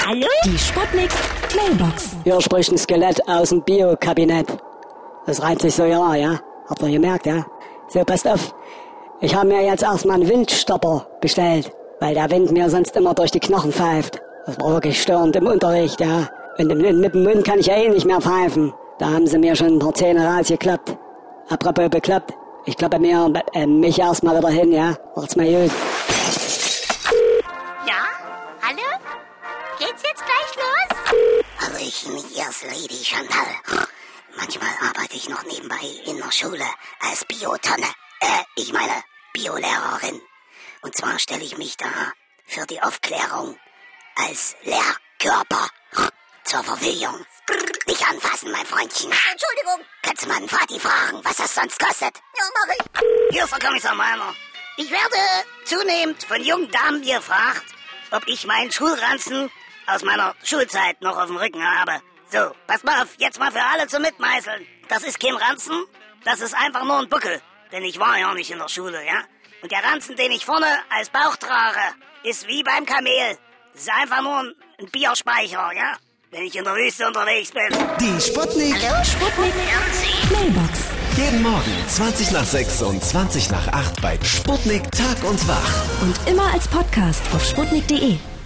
Hallo? Die Sputnik Mailbox. Hier spricht ein Skelett aus dem Bio-Kabinett. Das reimt sich so ja? Habt ihr gemerkt, ja? So, passt auf. Ich habe mir jetzt erstmal einen Windstopper bestellt, weil der Wind mir sonst immer durch die Knochen pfeift. Das war wirklich störend im Unterricht, ja. Und mit dem Mund kann ich ja eh nicht mehr pfeifen. Da haben sie mir schon ein paar Zähne rausgeklappt. Apropos bekloppt. Ich klappe mir mich erstmal wieder hin, ja? Macht's mal gut. Ja? Hallo? Geht's jetzt gleich los? Hallöchen, hier ist Lady Chantal. Manchmal arbeite ich noch nebenbei in der Schule als Biotonne. Ich meine Biolehrerin. Und zwar stelle ich mich da für die Aufklärung als Lehrkörper zur Verfügung. Nicht anfassen, mein Freundchen. Entschuldigung. Kannst du mal einen Vati fragen, was das sonst kostet? Ja, mach ich. Hier ist der Kommissar Meiner. Ich werde zunehmend von jungen Damen gefragt, ob ich meinen Schulranzen aus meiner Schulzeit noch auf dem Rücken habe. So, pass mal auf, jetzt mal für alle zum Mitmeißeln. Das ist kein Ranzen, das ist einfach nur ein Buckel. Denn ich war ja nicht in der Schule, ja? Und der Ranzen, den ich vorne als Bauch trage, ist wie beim Kamel. Das ist einfach nur ein Bierspeicher, ja? Wenn ich in der Wüste unterwegs bin. Die Sputnik. Hallo, Sputnik. Mailbox. Jeden Morgen 20 nach 6 und 20 nach 8 bei Sputnik Tag und Wach. Und immer als Podcast auf sputnik.de.